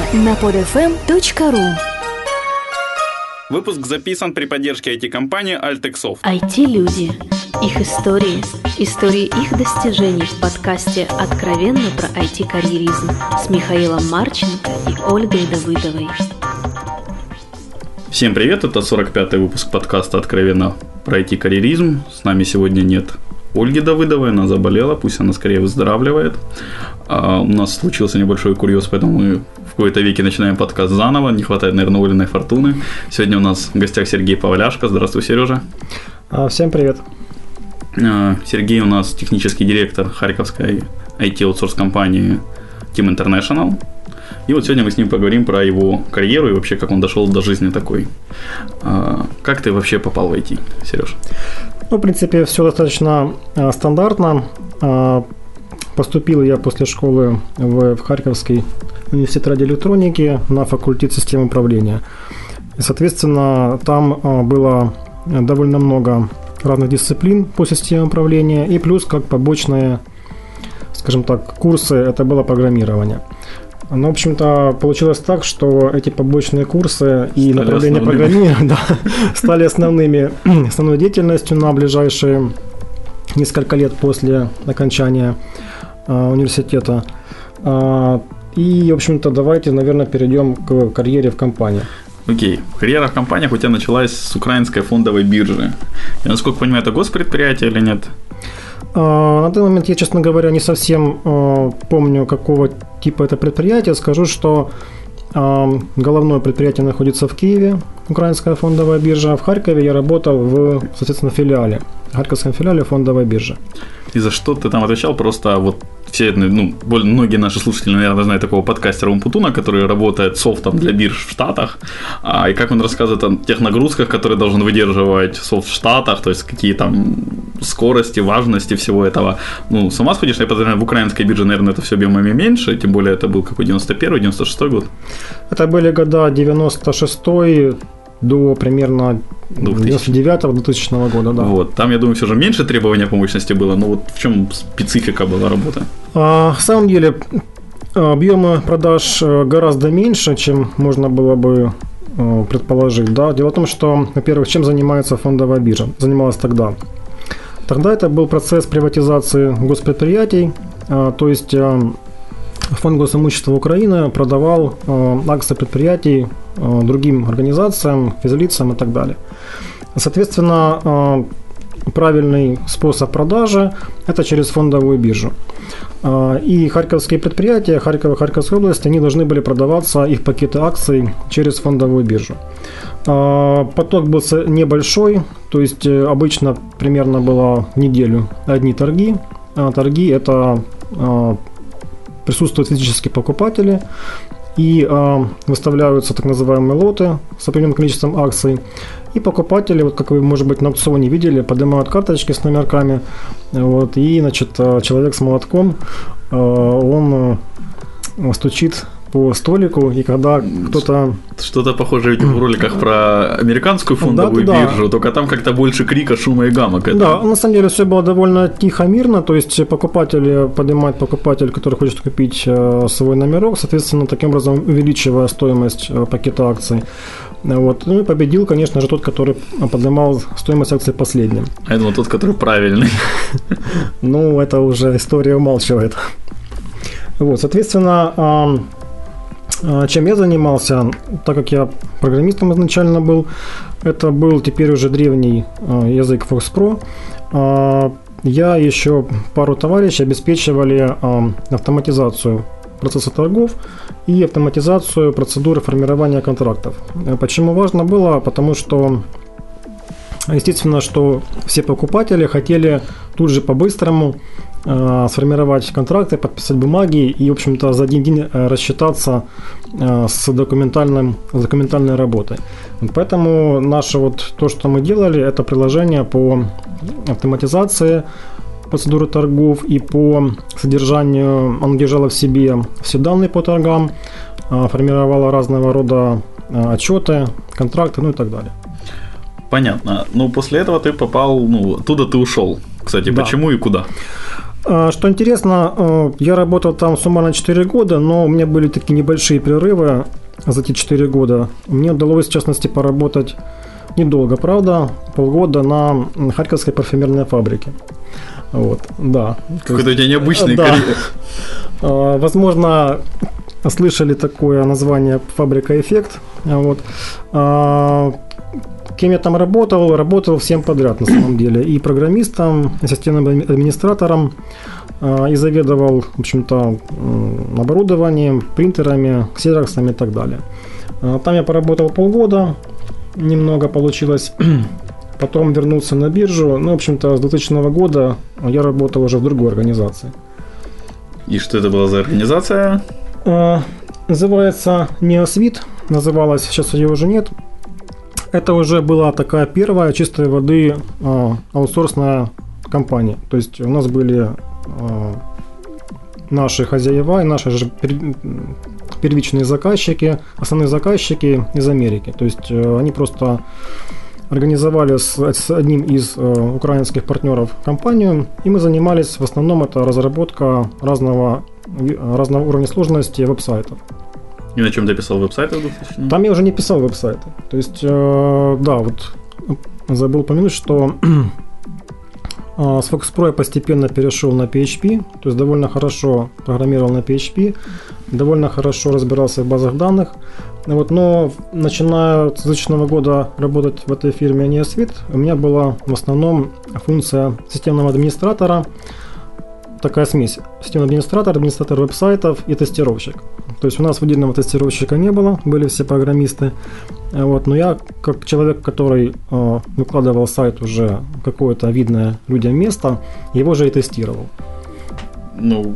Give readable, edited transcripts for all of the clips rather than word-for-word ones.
на podfm.ru. Выпуск записан при поддержке IT-компании Altexoft. IT-люди. Их истории. Истории их достижений в подкасте «Откровенно про IT-карьеризм» с Михаилом Марченко и Ольгой Давыдовой. Всем привет, это 45-й выпуск подкаста «Откровенно про IT-карьеризм». С нами сегодня нет Ольги Давыдовой, она заболела, пусть она скорее выздоравливает. У нас случился небольшой курьез, поэтому мы в кои-то веки начинаем подкаст заново. Не хватает, наверное, Олиной фортуны. Сегодня у нас в гостях Сергей Павляшко. Здравствуй, Сережа. Всем привет. Сергей у нас технический директор харьковской IT-аутсорс-компании Team International. И вот сегодня мы с ним поговорим про его карьеру и вообще, как он дошел до жизни такой. Как ты вообще попал в IT, Сереж? В принципе, все достаточно стандартно. Поступил я после школы в Харьковский университет радиоэлектроники на факультет систем управления. И, соответственно, там было довольно много разных дисциплин по системе управления и плюс как побочные, скажем так, курсы, это было программирование. Но, в общем-то, получилось так, что эти побочные курсы и направления программирования стали основной деятельностью на ближайшие несколько лет после окончания университета. И, в общем-то, давайте, наверное, перейдем к карьере в компании. Окей. Карьера в компаниях у тебя началась с украинской фондовой биржи. Я, насколько понимаю, это госпредприятие или нет? На данный момент я, честно говоря, не совсем помню, какого типа это предприятие. Скажу, что головное предприятие находится в Киеве, украинская фондовая биржа. В Харькове я работал в, соответственно, филиале, харьковском филиале фондовой биржи. И за что ты там отвечал? Просто вот все, многие наши слушатели, наверное, знают такого подкастера Умпутуна, который работает софтом для бирж в Штатах. И как он рассказывает о тех нагрузках, которые должен выдерживать софт в Штатах, то есть какие там скорости, важности всего этого. С ума сходишь, я подозреваю, в украинской бирже, наверное, это все объемами меньше, тем более это был какой 91-й, 96-й год? Это были года 96-й до примерно 99-2000 года, да. Вот. Там, я думаю, все же меньше требований по мощности было, но вот в чем специфика была работы? На самом деле, объемы продаж гораздо меньше, чем можно было бы предположить. Да? Дело в том, что, во-первых, чем занимается фондовая биржа? Занималась тогда. Тогда это был процесс приватизации госпредприятий, то есть Фонд госимущества Украины продавал акции предприятий другим организациям, физлицам и так далее. Соответственно, правильный способ продажи – это через фондовую биржу. И харьковские предприятия, Харькова и Харьковской области, они должны были продаваться, их пакеты акций, через фондовую биржу. Поток был небольшой, то есть обычно примерно было в неделю одни торги. Торги – это присутствуют физические покупатели и выставляются так называемые лоты с определенным количеством акций. И покупатели, вот как вы, может быть, на аукционе видели, поднимают карточки с номерками. Вот, и, значит, человек с молотком, он стучит по столику, и когда кто-то... Что-то похоже в роликах про американскую фондовую биржу, только там как-то больше крика, шума и гамок. Да, на самом деле все было довольно тихо, мирно, то есть поднимает покупатель, который хочет купить свой номерок, соответственно, таким образом увеличивая стоимость пакета акций. Вот. Ну и победил, конечно же, тот, который поднимал стоимость акций последним. А я думал, тот, который правильный. Ну, это уже история умалчивает. Вот, соответственно, чем я занимался, так как я программистом изначально был, это был теперь уже древний язык FoxPro. Я еще пару товарищей обеспечивали автоматизацию процесса торгов и автоматизацию процедуры формирования контрактов. Почему важно было? Потому что, естественно, что все покупатели хотели тут же по-быстрому сформировать контракты, подписать бумаги и, в общем-то, за один день рассчитаться с документальной работой. Поэтому наше вот то, что мы делали, это приложение по автоматизации процедуры торгов и по содержанию. Оно держало в себе все данные по торгам, формировало разного рода отчеты, контракты, ну и так далее. Понятно. Ну, после этого ты попал, оттуда ты ушел. Кстати, да. Почему и куда? Что интересно, я работал там суммарно 4 года, но у меня были такие небольшие перерывы за эти 4 года. Мне удалось, в частности, поработать недолго, правда, полгода на Харьковской парфюмерной фабрике. Вот, да. Какой-то у тебя необычный карьер. Возможно, слышали такое название «Фабрика Эффект». Вот. Кем я там работал всем подряд на самом деле. И программистом, и системным администратором, и заведовал, в общем-то, оборудованием, принтерами, ксероксами и так далее. Там я поработал полгода, немного получилось. Потом вернулся на биржу. Ну, в общем-то, с 2000 года я работал уже в другой организации. И что это была за организация? Называется Neosvit. Называлась, сейчас ее уже нет. Это уже была такая первая чистой воды аутсорсная компания. То есть у нас были наши хозяева и наши же первичные заказчики, основные заказчики из Америки. То есть они просто организовали с одним из украинских партнеров компанию, и мы занимались в основном это разработка разного уровня сложности веб-сайтов. И на чем ты писал веб-сайты? Там я уже не писал веб-сайты. То есть, да, вот забыл упомянуть, что с FocusPro я постепенно перешел на PHP, то есть довольно хорошо программировал на PHP, довольно хорошо разбирался в базах данных. Вот, но начиная с 2000 года работать в этой фирме Neosvit, у меня была в основном функция системного администратора, такая смесь. Системный администратор, администратор веб-сайтов и тестировщик. То есть у нас выделенного тестировщика не было, были все программисты. Вот, но я, как человек, который выкладывал сайт уже какое-то видное людям место, его же и тестировал. Ну.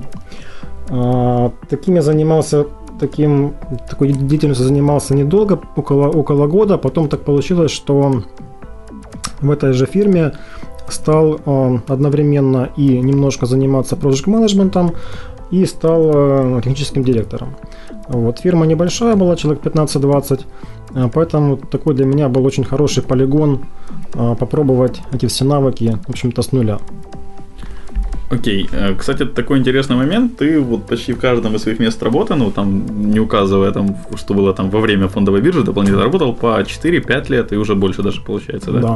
Таким я занимался, такой деятельностью занимался недолго, около года. Потом так получилось, что в этой же фирме стал одновременно и немножко заниматься проект-менеджментом, и стал техническим директором. Вот. Фирма небольшая была, человек 15-20, поэтому такой для меня был очень хороший полигон попробовать эти все навыки, в общем-то, с нуля. Окей. Кстати, такой интересный момент. Ты вот почти в каждом из своих мест работы, ну, там, не указывая, там, что было там во время фондовой биржи, дополнительно работал по 4-5 лет и уже больше даже получается, да? Да.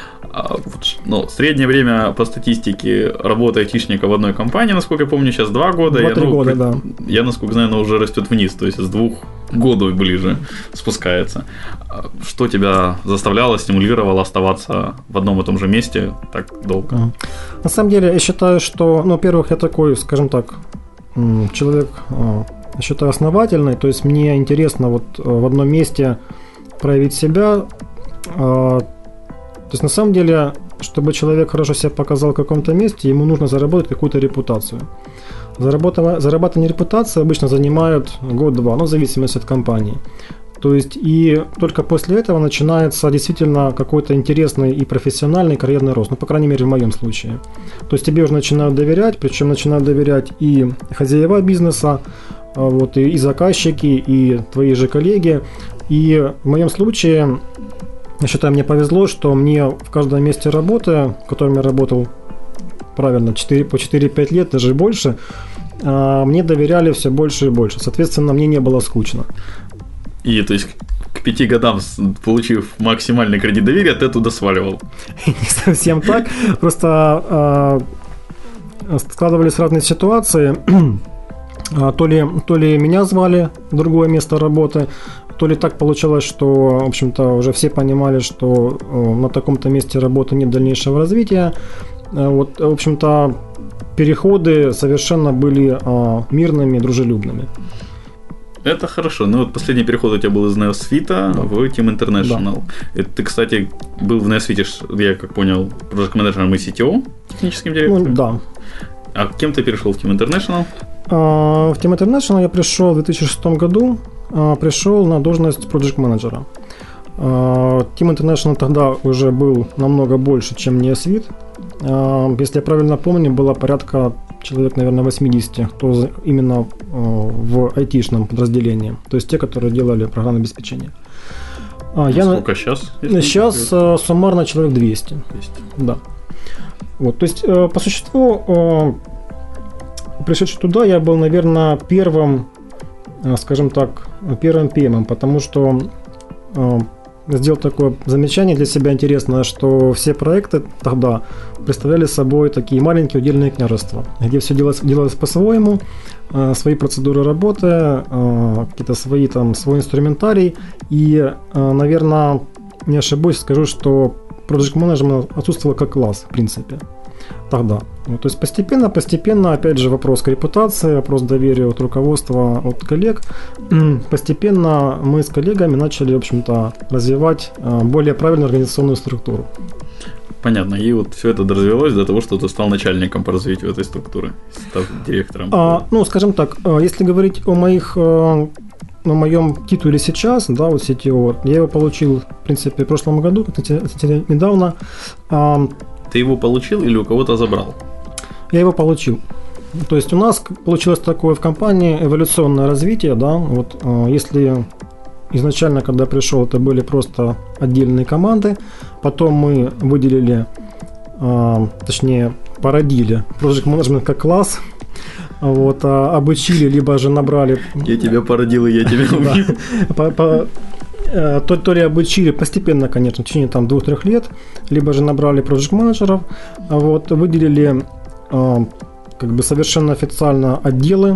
Ну, среднее время по статистике работы айтишника в одной компании, насколько я помню, сейчас 2 года. 2-3 года, да. Я, насколько знаю, оно уже растет вниз, то есть с 2 годов ближе спускается. Что тебя заставляло, стимулировало оставаться в одном и том же месте так долго? На самом деле, я считаю, что, ну, во-первых, я такой, скажем так, человек, я считаю, основательный, то есть мне интересно вот в одном месте проявить себя. То есть, на самом деле, чтобы человек хорошо себя показал в каком-то месте, ему нужно заработать какую-то репутацию. Зарабатывание репутации обычно занимает год-два, но в зависимости от компании. То есть, и только после этого начинается действительно какой-то интересный и профессиональный карьерный рост, ну, по крайней мере, в моем случае. То есть, тебе уже начинают доверять, причем начинают доверять и хозяева бизнеса, вот, и заказчики, и твои же коллеги. И в моем случае, я считаю, мне повезло, что мне в каждом месте работы, в котором я работал, правильно, по 4-5 лет, даже больше, мне доверяли все больше и больше. Соответственно, мне не было скучно. И, то есть, к 5 годам, получив максимальный кредит доверия, ты туда сваливал? Не совсем так. Просто складывались разные ситуации. То ли меня звали в другое место работы, то ли так получалось, что, в общем-то, уже все понимали, что на таком-то месте работы нет дальнейшего развития. Вот, в общем-то, переходы совершенно были мирными, дружелюбными. Это хорошо. Ну вот последний переход у тебя был из Neosvit в Team International. Да. Ты, кстати, был в Neosvit, я как понял, проект-менеджером и CTO, техническим директором? Ну, да. А кем ты перешел в Team International? В Team International я пришел в 2006 году. Пришел на должность проект-менеджера. Team International тогда уже был намного больше, чем Neosvit. Если я правильно помню, было порядка человек, наверное, 80, кто именно в айтишном подразделении. То есть те, которые делали программное обеспечение. Сколько сейчас? Сейчас суммарно человек 200. Да. Вот, то есть, по существу, пришедший туда, я был, наверное, первым, скажем так, первым PM, потому что сделал такое замечание для себя интересное, что все проекты тогда представляли собой такие маленькие удельные княжества, где все делалось по-своему, свои процедуры работы, какие-то свои там, свой инструментарий. И, наверное, не ошибусь, скажу, что Project Management отсутствовал как класс, в принципе, тогда. То есть постепенно, опять же, вопрос к репутации, вопрос доверия от руководства, от коллег. Постепенно мы с коллегами начали, в общем-то, развивать более правильную организационную структуру. Понятно. И вот все это развилось до того, что ты стал начальником по развитию этой структуры, став директором. Скажем так, если говорить о моем титуле сейчас, да, вот CTO, я его получил, в принципе, в прошлом году, кстати, недавно. Ты его получил или у кого-то забрал? Я его получил. То есть у нас получилось такое в компании эволюционное развитие, да, вот если изначально, когда пришел, это были просто отдельные команды, потом мы выделили, точнее, породили Project Management как класс, вот, обучили, либо же набрали... Я тебя породил, и я тебя убил. То ли обучили постепенно, конечно, в течение там 2-3 лет, либо же набрали проект-менеджеров, вот, выделили как бы совершенно официально отделы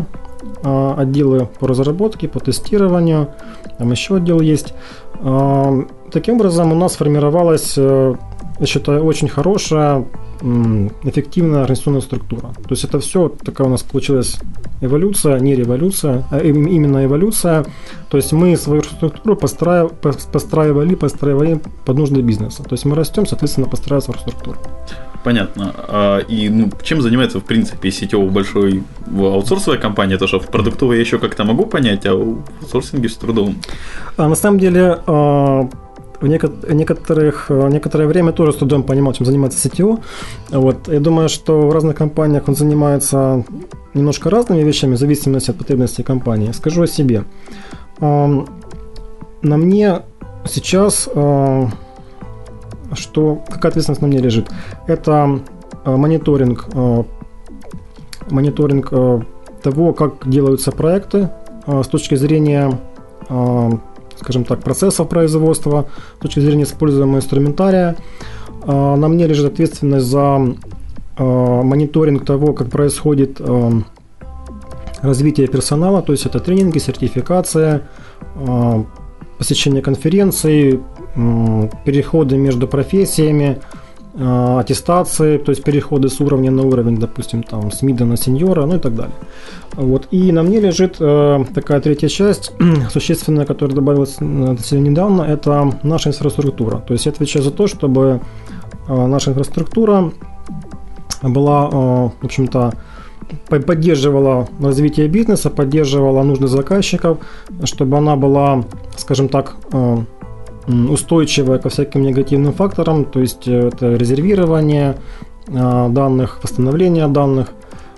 по разработке, по тестированию, там еще отдел есть. Таким образом у нас сформировалась, я считаю, очень хорошая, эффективная организационная структура. То есть это все такая у нас получилась эволюция, не революция, а именно эволюция. То есть мы свою структуру постраивали под нужды бизнеса. То есть мы растем, соответственно, постраиваем свою структуру. Понятно. И чем занимается, в принципе, CTO большой аутсорсовой компании? То, что в продуктовой я еще как-то могу понять, а в аутсорсинге с трудом. На самом деле, в некоторое время тоже с трудом понимал, чем занимается CTO. Вот. Я думаю, что в разных компаниях он занимается немножко разными вещами, в зависимости от потребностей компании. Скажу о себе. На мне сейчас, какая ответственность на мне лежит? Это мониторинг того, как делаются проекты с точки зрения, скажем так, процессов производства, с точки зрения используемого инструментария. На мне лежит ответственность за мониторинг того, как происходит развитие персонала, то есть это тренинги, сертификация, посещение конференций, переходы между профессиями, аттестации, то есть переходы с уровня на уровень, допустим, там, с мида на сеньора, ну и так далее. Вот. И на мне лежит такая третья часть, существенная, которая добавилась недавно, это наша инфраструктура. То есть я отвечаю за то, чтобы наша инфраструктура была, в общем-то, поддерживала развитие бизнеса, поддерживала нужды заказчиков, чтобы она была, скажем так, устойчивая ко всяким негативным факторам, то есть это резервирование данных, восстановление данных,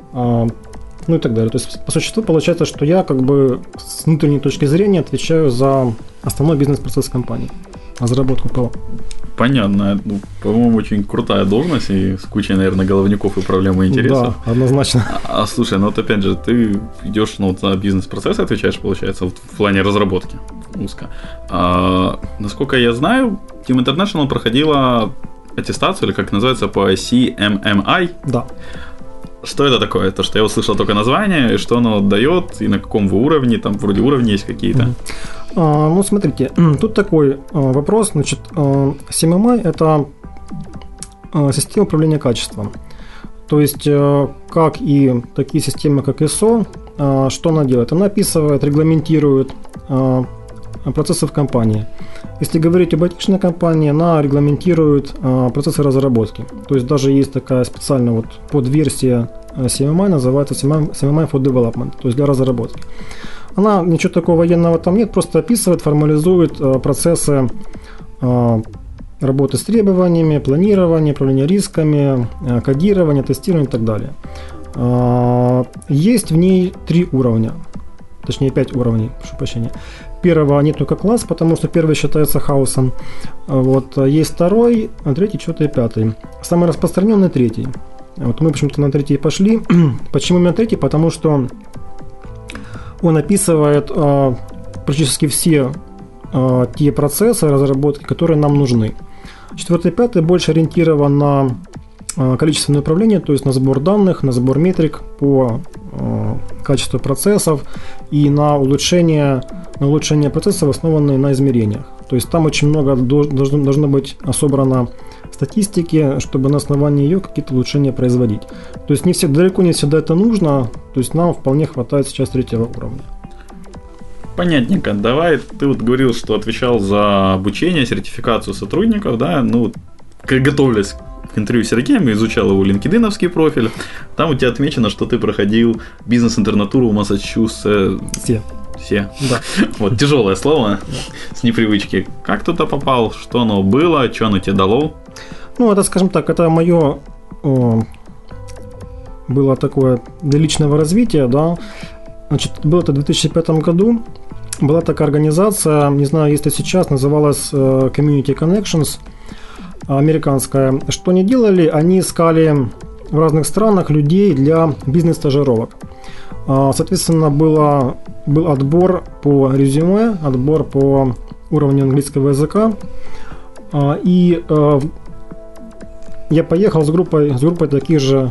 ну и так далее. То есть по существу получается, что я как бы с внутренней точки зрения отвечаю за основной бизнес-процесс компании, разработку ПО. Понятно. Ну, по-моему, очень крутая должность и с кучей, наверное, головников и проблем и интересов. Да, однозначно. Слушай, ну вот опять же, ты идешь за бизнес-процесс, отвечаешь, получается, в плане разработки узко. Насколько я знаю, Team International проходила аттестацию, или как называется, по CMMI. Да. Что это такое? То, что я услышал только название, и что оно дает, и на каком вы уровне, там вроде уровни есть какие-то. Ну, смотрите, тут такой вопрос. Значит, CMMI – это система управления качеством. То есть, как и такие системы, как ISO, что она делает? Она описывает, регламентирует процессы в компании. Если говорить об айтишной компании, она регламентирует процессы разработки. То есть, даже есть такая специальная вот подверсия CMMI, называется CMMI for Development, то есть для разработки. Она, ничего такого военного там нет, просто описывает, формализует процессы работы с требованиями, планирования, управления рисками, кодирования, тестирования и так далее. Есть в ней 3 уровня, точнее 5 уровней, прошу прощения. Первого нет только класс, потому что первый считается хаосом. Вот. Есть второй, третий, 4 и 5. Самый распространенный 3. Вот мы, в общем-то, на третий пошли. Почему именно третий? Потому что он описывает практически все те процессы разработки, которые нам нужны. 4-й, 5-й больше ориентирован на количественное управление, то есть на сбор данных, на сбор метрик по качеству процессов и на улучшение процессов, основанные на измерениях. То есть там очень много должно быть собрано статистики, чтобы на основании ее какие-то улучшения производить. То есть далеко не всегда это нужно, то есть нам вполне хватает сейчас 3-го уровня. Понятненько. Давай, ты вот говорил, что отвечал за обучение, сертификацию сотрудников, да, ну, готовясь к интервью с Сергеем, изучал его линкединовский профиль, там у тебя отмечено, что ты проходил бизнес-интернатуру в Массачусетсе. Все. Да. Вот, тяжелое слово с непривычки. Как туда попал, что оно было, что оно тебе дало? Ну, это, скажем так, это мое было такое для личного развития, да. Значит, было это в 2005 году. Была такая организация, не знаю, есть ли сейчас, называлась Community Connections, американская. Что они делали? Они искали в разных странах людей для бизнес-стажировок. Соответственно, был отбор по резюме, отбор по уровню английского языка. И я поехал с группой таких же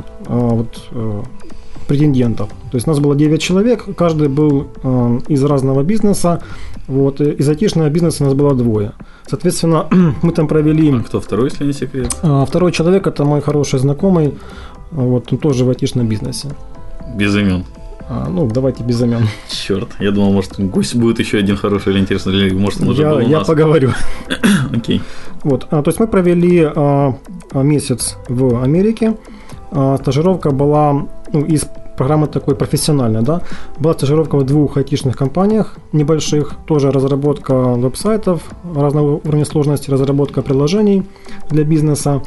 претендентов. То есть нас было 9 человек, каждый был из разного бизнеса. Вот, из айтишного бизнеса у нас было 2. Соответственно, мы там провели... А кто второй, если не секрет? Второй человек – это мой хороший знакомый, вот, он тоже в айтишном бизнесе. Без имен. Ну, давайте без имен. Черт, я думал, может, гость будет еще один хороший или интересный, или может, он уже был у нас. Я поговорю. Окей. Вот, то есть мы провели месяц в Америке. Стажировка была из программы такой профессиональной, да. Была стажировка в 2 айтишных компаниях небольших, тоже разработка веб-сайтов разного уровня сложности, разработка приложений для бизнеса.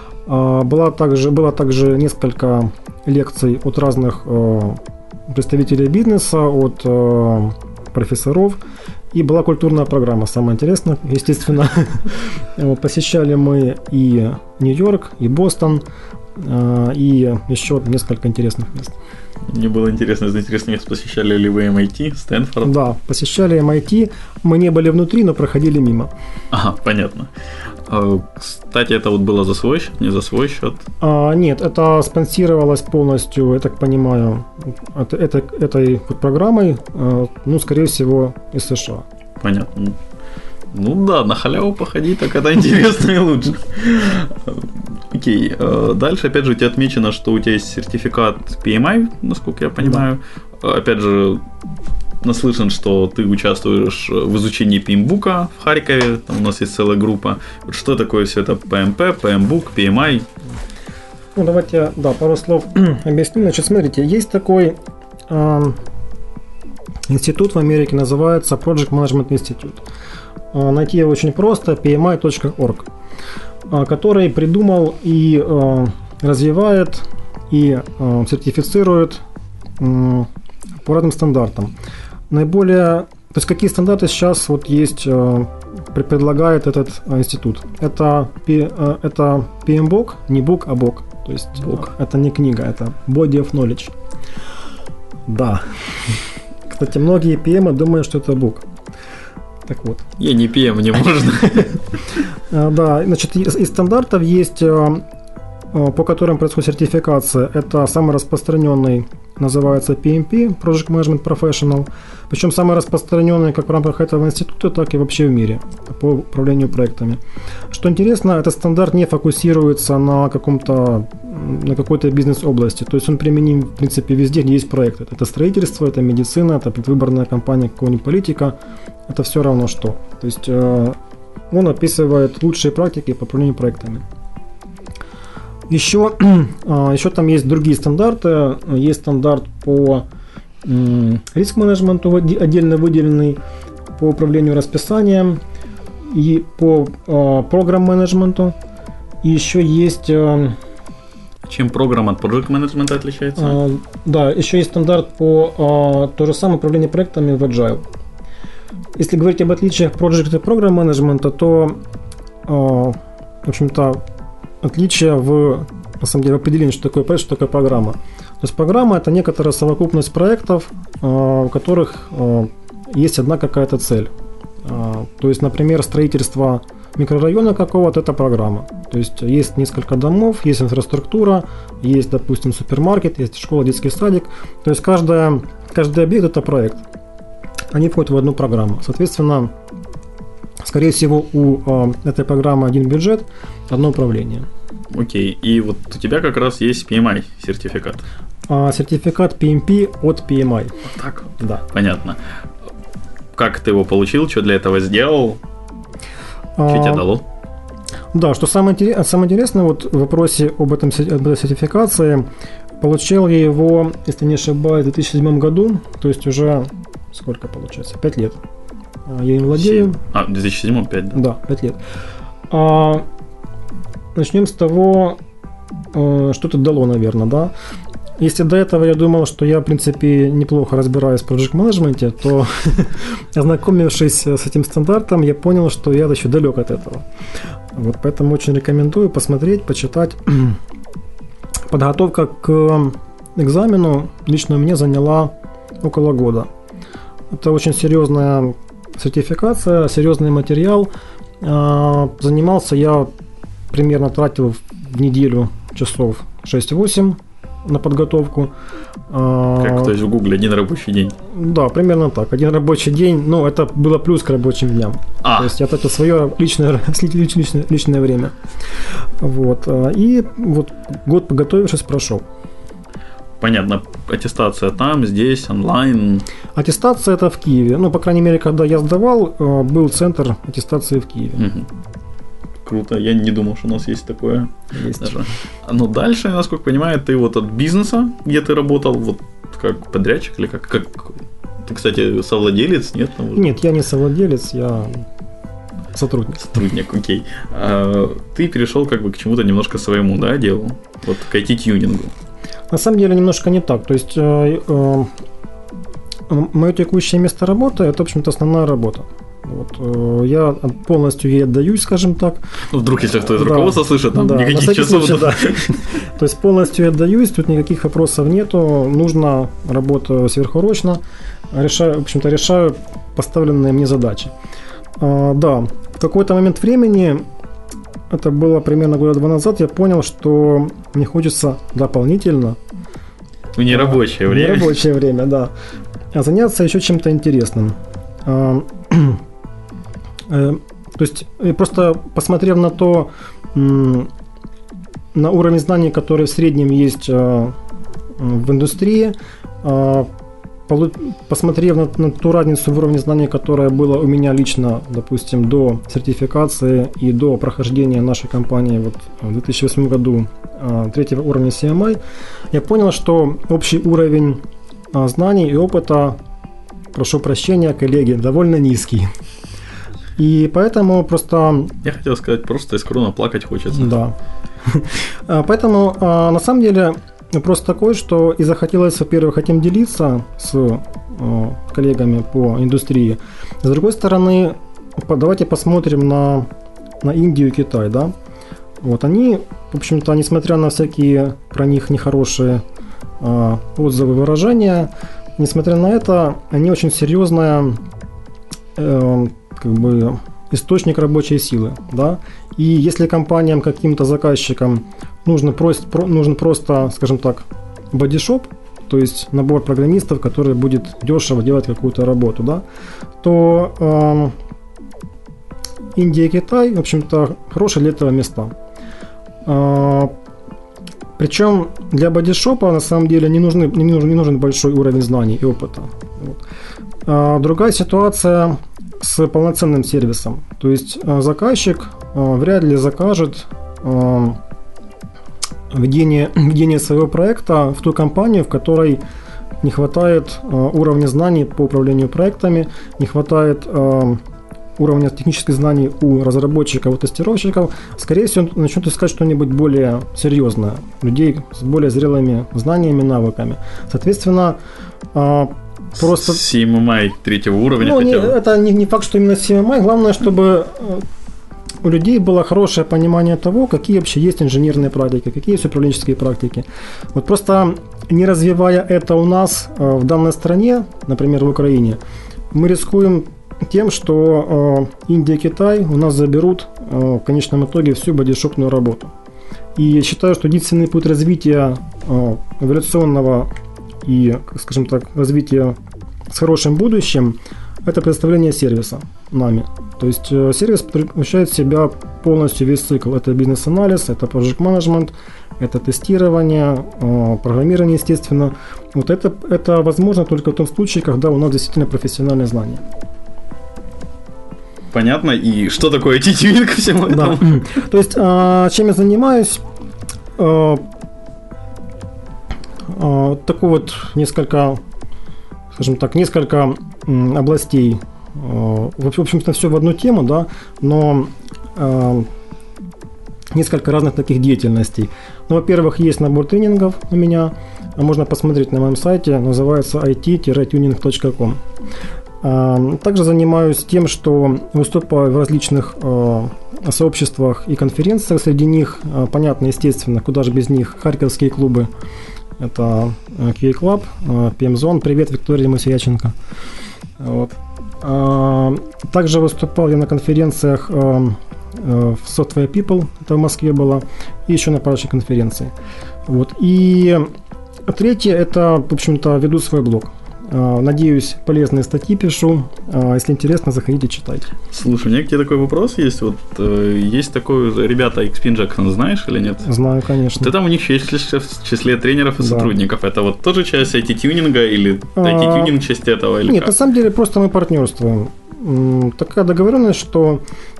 Было также несколько лекций от разных представителей бизнеса, от профессоров. И была культурная программа, самое интересное, естественно. Посещали мы и Нью-Йорк, и Бостон, и еще несколько интересных мест. Мне было интересно, из интересных мест посещали ли вы MIT, Стэнфорд? Да, посещали MIT. Мы не были внутри, но проходили мимо. Ага, понятно. Кстати, это вот было за свой счет, не за свой счет? Нет, это спонсировалось полностью, я так понимаю, этой вот программой, скорее всего, из США. Понятно. Ну да, на халяву походить, так это интересно и лучше. Окей, дальше, опять же, у тебя отмечено, что у тебя есть сертификат PMI, насколько я понимаю. Да. Опять же, наслышан, что ты участвуешь в изучении PMBOK в Харькове, там у нас есть целая группа. Вот что такое все это PMP, PMBOK, PMI? Ну, давайте, пару слов объясню. Значит, смотрите, есть такой институт в Америке, называется Project Management Institute. Найти его очень просто, pmi.org, который придумал и развивает, и сертифицирует по разным стандартам. То есть какие стандарты сейчас вот есть, предлагает этот институт. Это PMBOK, не book, а BOK. То есть это не книга, это Body of Knowledge. Да. Кстати, многие PM думают, что это book. Так вот. Я не PM, мне можно. Да, значит, из стандартов есть, по которым происходит сертификация. Это самый распространенный, называется PMP, Project Management Professional. Причем самый распространенный как в рамках этого института, так и вообще в мире по управлению проектами. Что интересно, этот стандарт не фокусируется на какой-то бизнес-области. То есть он применим, в принципе, везде, где есть проекты. Это строительство, это медицина, это предвыборная кампания какого-нибудь политика. Это все равно что. То есть он описывает лучшие практики по управлению проектами. Еще там есть другие стандарты. Есть стандарт по риск-менеджменту, отдельно выделенный, по управлению расписанием и по программ-менеджменту. И еще есть... Чем программа от проект-менеджмента отличается? Да, еще есть стандарт по то же самое управление проектами в Agile. Если говорить об отличиях Project и программ-менеджмента, то, в общем-то, отличия в на самом деле, определение, что такое проект, что такое программа. То есть программа – это некоторая совокупность проектов, у которых есть одна какая-то цель. То есть, например, строительство микрорайона какого-то – это программа. То есть есть несколько домов, есть инфраструктура, есть, допустим, супермаркет, есть школа, детский садик. То есть каждый объект – это проект. Они входят в одну программу. Соответственно, скорее всего, у этой программы один бюджет, одно управление. Окей. И вот у тебя как раз есть PMI сертификат. Сертификат PMP от PMI. Вот так? Да. Понятно. Как ты его получил, что для этого сделал? Что тебе дало? Да, что самое интересное вот в вопросе об этой сертификации, получил я его, если не ошибаюсь, в 2007 году, то есть уже сколько получается? 5 лет. Я им владею. В 2007 5, да? Да, 5 лет. Начнем с того, что это дало, наверное, да. Если до этого я думал, что я, в принципе, неплохо разбираюсь в project management, то, ознакомившись с этим стандартом, я понял, что я еще далек от этого. Вот, поэтому очень рекомендую посмотреть, почитать. Подготовка к экзамену лично у меня заняла около года. Это очень серьезная сертификация, серьезный материал. Занимался я, примерно тратил в неделю часов 6-8 на подготовку. Как, то есть в Гугле один рабочий день? Да, примерно так. Один рабочий день, но это было плюс к рабочим дням. То есть я тратил свое личное время. Вот. И вот год, подготовившись, прошел. Понятно. Аттестация там, здесь, онлайн? Аттестация это в Киеве. Ну, по крайней мере, когда я сдавал, был центр аттестации в Киеве. Угу. Круто. Я не думал, что у нас есть такое. Есть. Даже. Но дальше, насколько понимаю, ты вот от бизнеса, где ты работал, вот как подрядчик или как ты, кстати, совладелец, нет? Нет, я не совладелец, я сотрудник. Сотрудник, окей. Ты перешел как бы к чему-то немножко своему, да, делу? Вот к IT-тюнингу. На самом деле немножко не так. То есть мое текущее место работы – это, в общем-то, основная работа. Вот, я полностью ей отдаюсь, скажем так. Ну, вдруг, если кто из руководства слышит, там никаких часов. Случай, да. То есть полностью я отдаюсь, тут никаких вопросов нету. Нужно работать сверхурочно. Решаю поставленные мне задачи. Да, в какой-то момент времени, это было примерно года 2 назад, я понял, что мне хочется дополнительно в нерабочее время. В нерабочее время, да. Заняться еще чем-то интересным. То есть, просто посмотрев на то, на уровень знаний, который в среднем есть в индустрии, посмотрев на ту разницу в уровне знаний, которая была у меня лично, допустим, до сертификации и до прохождения нашей компании вот, в 2008 году 3-го уровня CMI, я понял, что общий уровень знаний и опыта, прошу прощения, коллеги, довольно низкий. И поэтому просто... Я хотел сказать, просто из крона плакать хочется. Да. Поэтому, на самом деле, вопрос такой, что и захотелось, во-первых, хотим делиться с коллегами по индустрии. С другой стороны, давайте посмотрим на Индию и Китай, да. Вот они, в общем-то, несмотря на всякие про них нехорошие отзывы, выражения, несмотря на это, они очень серьезная как бы источник рабочей силы, да. И если компаниям, каким-то заказчикам нужен просто, скажем так, бодишоп, то есть набор программистов, который будет дешево делать какую-то работу, да, то Индия и Китай, в общем-то, хорошие для этого места. Причем для бодишопа на самом деле не нужен большой уровень знаний и опыта. Вот. Другая ситуация с полноценным сервисом. То есть заказчик вряд ли закажет ведение своего проекта в ту компанию, в которой не хватает уровня знаний по управлению проектами, не хватает уровня технических знаний у разработчиков и тестировщиков. Скорее всего, он начнет искать что-нибудь более серьезное, людей с более зрелыми знаниями, навыками. Соответственно, просто... CMMI 3-го уровня. Ну, это не факт, что именно CMMI. Главное, чтобы у людей было хорошее понимание того, какие вообще есть инженерные практики, какие есть управленческие практики. Вот просто не развивая это у нас в данной стране, например, в Украине, мы рискуем тем, что Индия и Китай у нас заберут в конечном итоге всю бодишопную работу. И я считаю, что единственный путь развития эволюционного и, скажем так, развития с хорошим будущим – это предоставление сервиса нами. То есть сервис включает в себя полностью весь цикл. Это бизнес-анализ, это project management, это тестирование, программирование, естественно. Вот это возможно только в том случае, когда у нас действительно профессиональные знания. Понятно. И что такое IT-тюнинг всему этому? Да. То есть, чем я занимаюсь, такой вот несколько, скажем так, несколько областей. В общем-то, все в одну тему, да, но несколько разных таких деятельностей. Ну, во-первых, есть набор тренингов у меня, можно посмотреть на моем сайте, называется it-tuning.com. Также занимаюсь тем, что выступаю в различных сообществах и конференциях. Среди них, понятно, естественно, куда же без них, харьковские клубы. Это QA Club, PM Zone. Привет, Виктория Мусияченко. Вот. Также выступал я на конференциях в Software People, это в Москве было, и еще на парочке конференций. Вот. И третье, это, в общем-то, веду свой блог. Надеюсь, полезные статьи пишу. Если интересно, заходите, читайте. Слушай, у меня к тебе такой вопрос есть. Вот есть такой, ребята, XP Injection, знаешь или нет? Знаю, конечно. Ты там у них есть в числе тренеров и сотрудников. Это вот тоже часть IT-тюнинга или IT-тюнинг часть этого? Или нет, как? На самом деле просто мы партнерствуем. Такая договоренность, что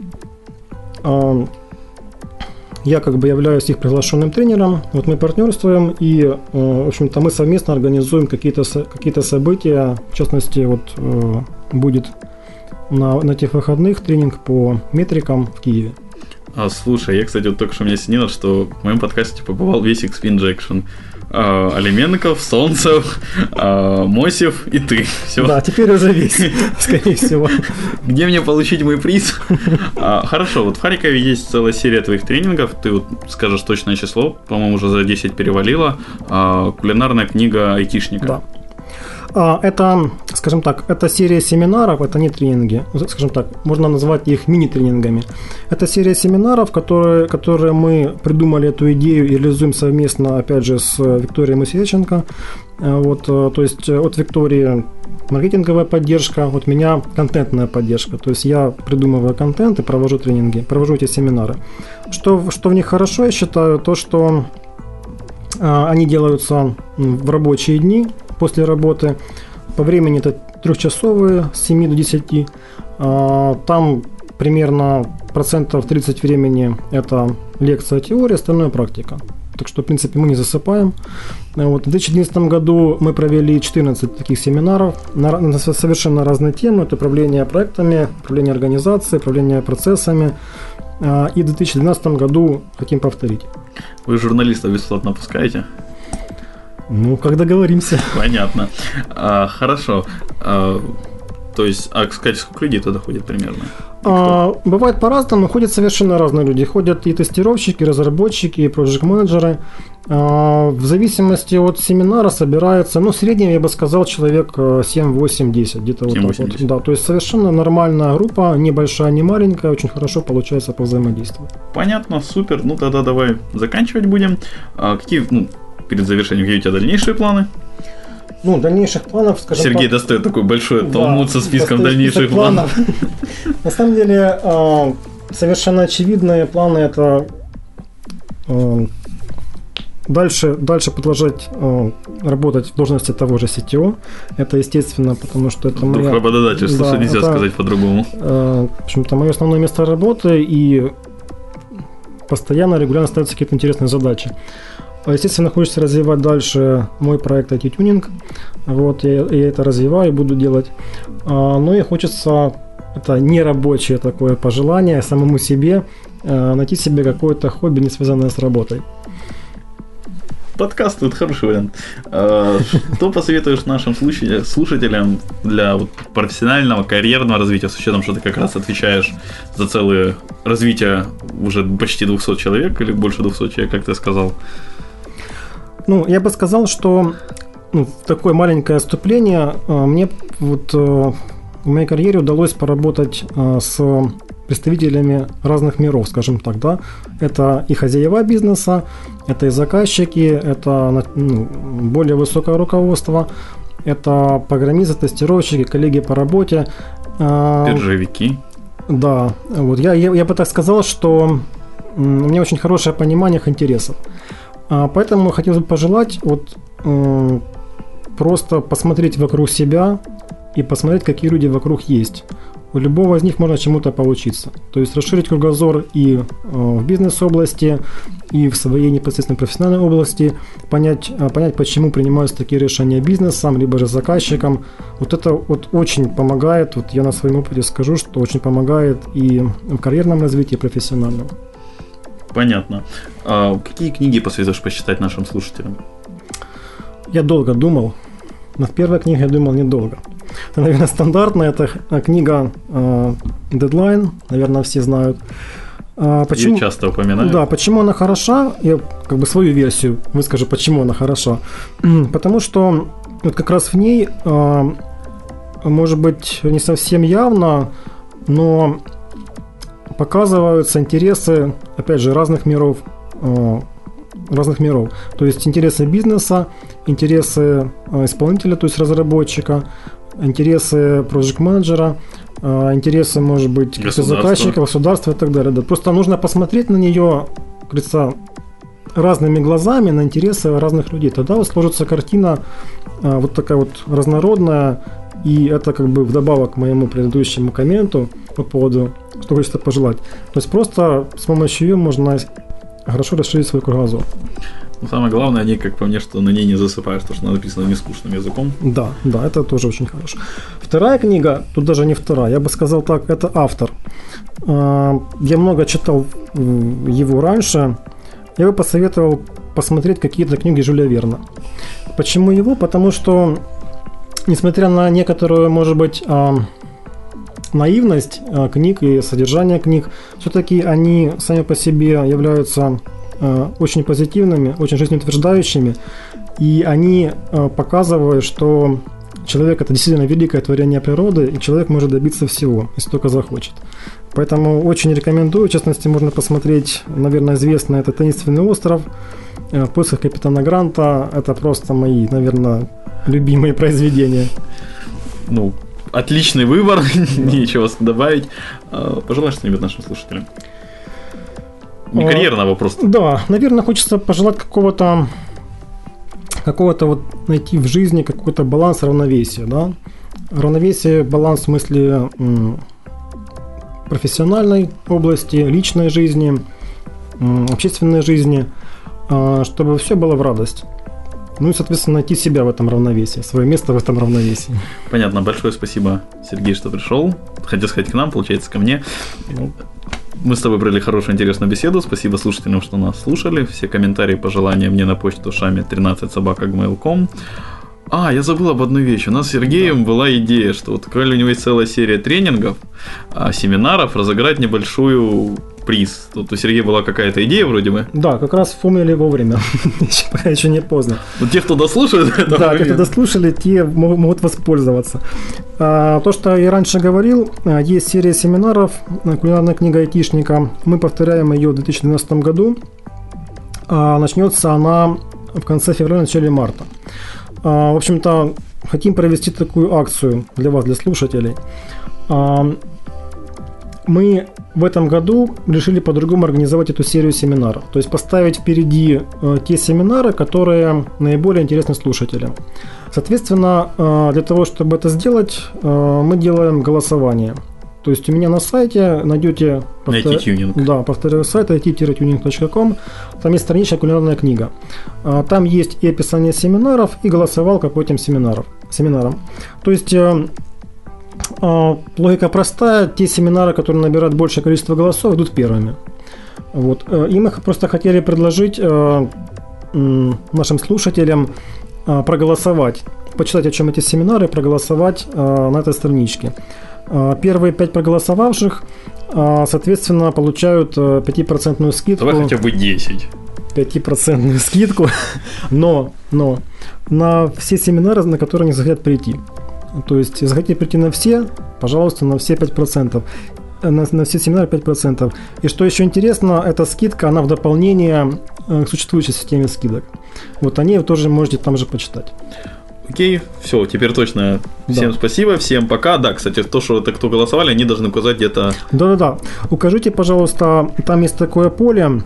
я как бы являюсь их приглашенным тренером, вот мы партнерствуем и, в общем-то, мы совместно организуем какие-то события, в частности, вот будет на тех выходных тренинг по метрикам в Киеве. Слушай, я, кстати, вот только что меня осенило, что в моем подкасте побывал весь XP Injection. Алименков, Солнцев, Мосев и ты. Все. Да, теперь уже весь, скорее всего. Где мне получить мой приз? Хорошо, вот в Харькове есть целая серия твоих тренингов. Ты вот скажешь точное число, по-моему, уже за 10 перевалило. Кулинарная книга айтишника. Да. Это, скажем так, это серия семинаров, это не тренинги, скажем так, можно назвать их мини-тренингами. Это серия семинаров, которые мы придумали эту идею и реализуем совместно, опять же, с Викторией Мусияченко. Вот, то есть от Виктории маркетинговая поддержка, от меня контентная поддержка. То есть я придумываю контент и провожу тренинги, провожу эти семинары. Что в них хорошо, я считаю, то, что они делаются в рабочие дни, после работы. По времени это 3-часовые, с 7 до 10. Там примерно 30% времени это лекция, теория, остальное практика. Так что, в принципе, мы не засыпаем. Вот. В 2011 году мы провели 14 таких семинаров на совершенно разные темы. Это управление проектами, управление организацией, управление процессами. И в 2012 году хотим повторить. Вы журналистов бесплатно пускаете? Ну, как договоримся. Понятно. Хорошо. То есть, кстати, сколько людей туда ходит примерно? Бывает по-разному, ходят совершенно разные люди. Ходят и тестировщики, и разработчики, и проект-менеджеры. В зависимости от семинара собирается, в среднем, я бы сказал, человек 7, 8, 10, где-то вот так вот. Да, то есть совершенно нормальная группа, небольшая, не маленькая, очень хорошо получается по взаимодействию. Понятно, супер. Ну, тогда давай заканчивать будем. Какие, перед завершением, какие у тебя дальнейшие планы? Дальнейших планов, скажем Сергей достает такой большой талмуд со списком дальнейших планов. На самом деле, совершенно очевидные планы – это дальше продолжать работать в должности того же CTO. Это естественно, потому что это моя... Вдруг работодательство, что нельзя сказать по-другому. В общем-то, мое основное место работы, и постоянно, регулярно ставятся какие-то интересные задачи. Естественно, хочется развивать дальше мой проект IT-тюнинг. Вот, я это развиваю и буду делать. Но и хочется, это не рабочее такое пожелание, самому себе найти себе какое-то хобби, не связанное с работой. Подкаст – это хороший вариант. Что посоветуешь нашим слушателям для профессионального, карьерного развития, с учетом, что ты как раз отвечаешь за целое развитие уже почти 200 человек или больше 200 человек, как ты сказал? Ну, я бы сказал, что такое маленькое отступление. Мне в моей карьере удалось поработать с представителями разных миров, скажем так, да. Это и хозяева бизнеса, это и заказчики, это более высокое руководство, это программисты, тестировщики, коллеги по работе. Биржевики. Да, вот я бы так сказал, что у меня очень хорошее понимание их интересов. Поэтому хотелось бы пожелать просто посмотреть вокруг себя и посмотреть, какие люди вокруг есть. У любого из них можно чему-то поучиться. То есть расширить кругозор и в бизнес-области, и в своей непосредственно профессиональной области, понять, почему принимаются такие решения бизнесом, либо же заказчиком. Вот это очень помогает, я на своем опыте скажу, что очень помогает и в карьерном развитии, и профессиональном. Понятно. А какие книги посоветуешь почитать нашим слушателям? Я долго думал. Над первой книгой я думал недолго. Это, наверное, стандартная. Это книга Deadline. Наверное, все знают. Почему? Ее часто упоминают. Да, почему она хороша? Я свою версию выскажу, почему она хороша. Потому что как раз в ней, может быть, не совсем явно, но показываются интересы, опять же, разных миров. То есть интересы бизнеса, интересы исполнителя, то есть разработчика, интересы проект-менеджера, интересы, может быть, заказчика, государства и так далее. Да. Просто нужно посмотреть на нее, как говорится, разными глазами, на интересы разных людей. Тогда сложится картина такая разнородная, и это вдобавок к моему предыдущему комменту по поводу, что хочется пожелать. То есть просто с помощью ее можно хорошо расширить свой кругозор. Самое главное, как по мне, что на ней не засыпаешь, потому что она написана нескучным языком. Да, это тоже очень хорошо. Вторая книга, тут даже не вторая, я бы сказал так, это автор. Я много читал его раньше. Я бы посоветовал посмотреть какие-то книги Жюля Верна. Почему его? Потому что, несмотря на некоторую, может быть, наивность книг и содержание книг, все-таки они сами по себе являются очень позитивными, очень жизнеутверждающими, и они показывают, что человек – это действительно великое творение природы, и человек может добиться всего, если только захочет. Поэтому очень рекомендую. В частности, можно посмотреть, наверное, известный это «Таинственный остров», «В поисках капитана Гранта». Это просто мои, наверное, любимые произведения. Отличный выбор, нечего добавить. Пожелаешь что-нибудь нашим слушателям? Не карьерного просто. Да, наверное, хочется пожелать какого-то найти в жизни какой-то баланс, равновесие, да? Равновесие, баланс в смысле профессиональной области, личной жизни, общественной жизни, чтобы все было в радость. И, соответственно, найти себя в этом равновесии, свое место в этом равновесии. Понятно. Большое спасибо, Сергей, что пришел. Хотел сказать к нам, получается, ко мне. Мы с тобой провели хорошую, интересную беседу. Спасибо слушателям, что нас слушали. Все комментарии, пожелания мне на почту shami13@gmail.com. Я забыл об одной вещи. У нас с Сергеем была идея, что когда у него есть целая серия тренингов, семинаров, разыграть небольшую приз. Тут у Сергея была какая-то идея вроде бы. Да, как раз вспомнили вовремя. Пока еще не поздно. Те, кто дослушали, да, те, кто дослушали, те могут воспользоваться. То, что я раньше говорил, есть серия семинаров «Кулинарная книга айтишника». Мы повторяем ее в 2012 году. Начнется она в конце февраля, начале марта. В общем-то, хотим провести такую акцию для вас, для слушателей. Мы в этом году решили по-другому организовать эту серию семинаров. То есть поставить впереди те семинары, которые наиболее интересны слушателям. Соответственно, для того, чтобы это сделать, мы делаем голосование. То есть у меня на сайте найдете... повторяю сайт it-tuning.com. Там есть страничка «Кулинарная книга». Там есть и описание семинаров, и голосовалка по этим семинарам. То есть... логика простая. Те семинары, которые набирают большее количество голосов, идут первыми. И мы просто хотели предложить нашим слушателям проголосовать, почитать, о чем эти семинары, проголосовать на этой страничке. Первые 5 проголосовавших, соответственно, получают 5% скидку. Давай хотя бы 10. 5% скидку, но на все семинары, на которые они захотят прийти. То есть, захотите прийти на все, пожалуйста, на все 5%. На все семинары 5%. И что еще интересно, эта скидка, она в дополнение к существующей системе скидок. Вот о ней вы тоже можете там же почитать. Окей, все, теперь точно. Всем спасибо, всем пока. Да, кстати, то, что это кто голосовали, они должны указать где-то... Да. Укажите, пожалуйста, там есть такое поле,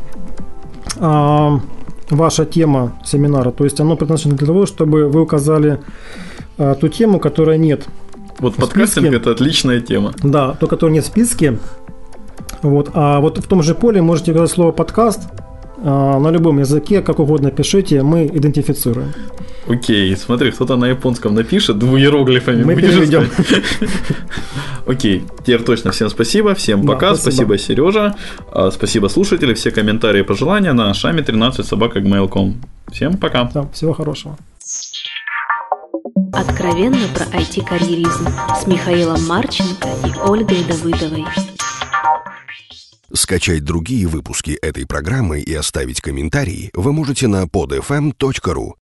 ваша тема семинара. То есть оно предназначено для того, чтобы вы указали ту тему, которой нет. Вот подкастинг – это отличная тема. Да, то, которой нет в списке. Вот. А вот в том же поле можете указать слово «подкаст» на любом языке, как угодно пишите, мы идентифицируем. Окей, смотри, кто-то на японском напишет иероглифами. Мы переведем. Окей, теперь точно всем спасибо, всем пока, спасибо Сережа, спасибо слушатели, все комментарии и пожелания на shami13@gmail.com. Всем пока. Да, всего хорошего. Откровенно про IT-карьеризм с Михаилом Марченко и Ольгой Давыдовой. Скачать другие выпуски этой программы и оставить комментарии вы можете на podfm.ru.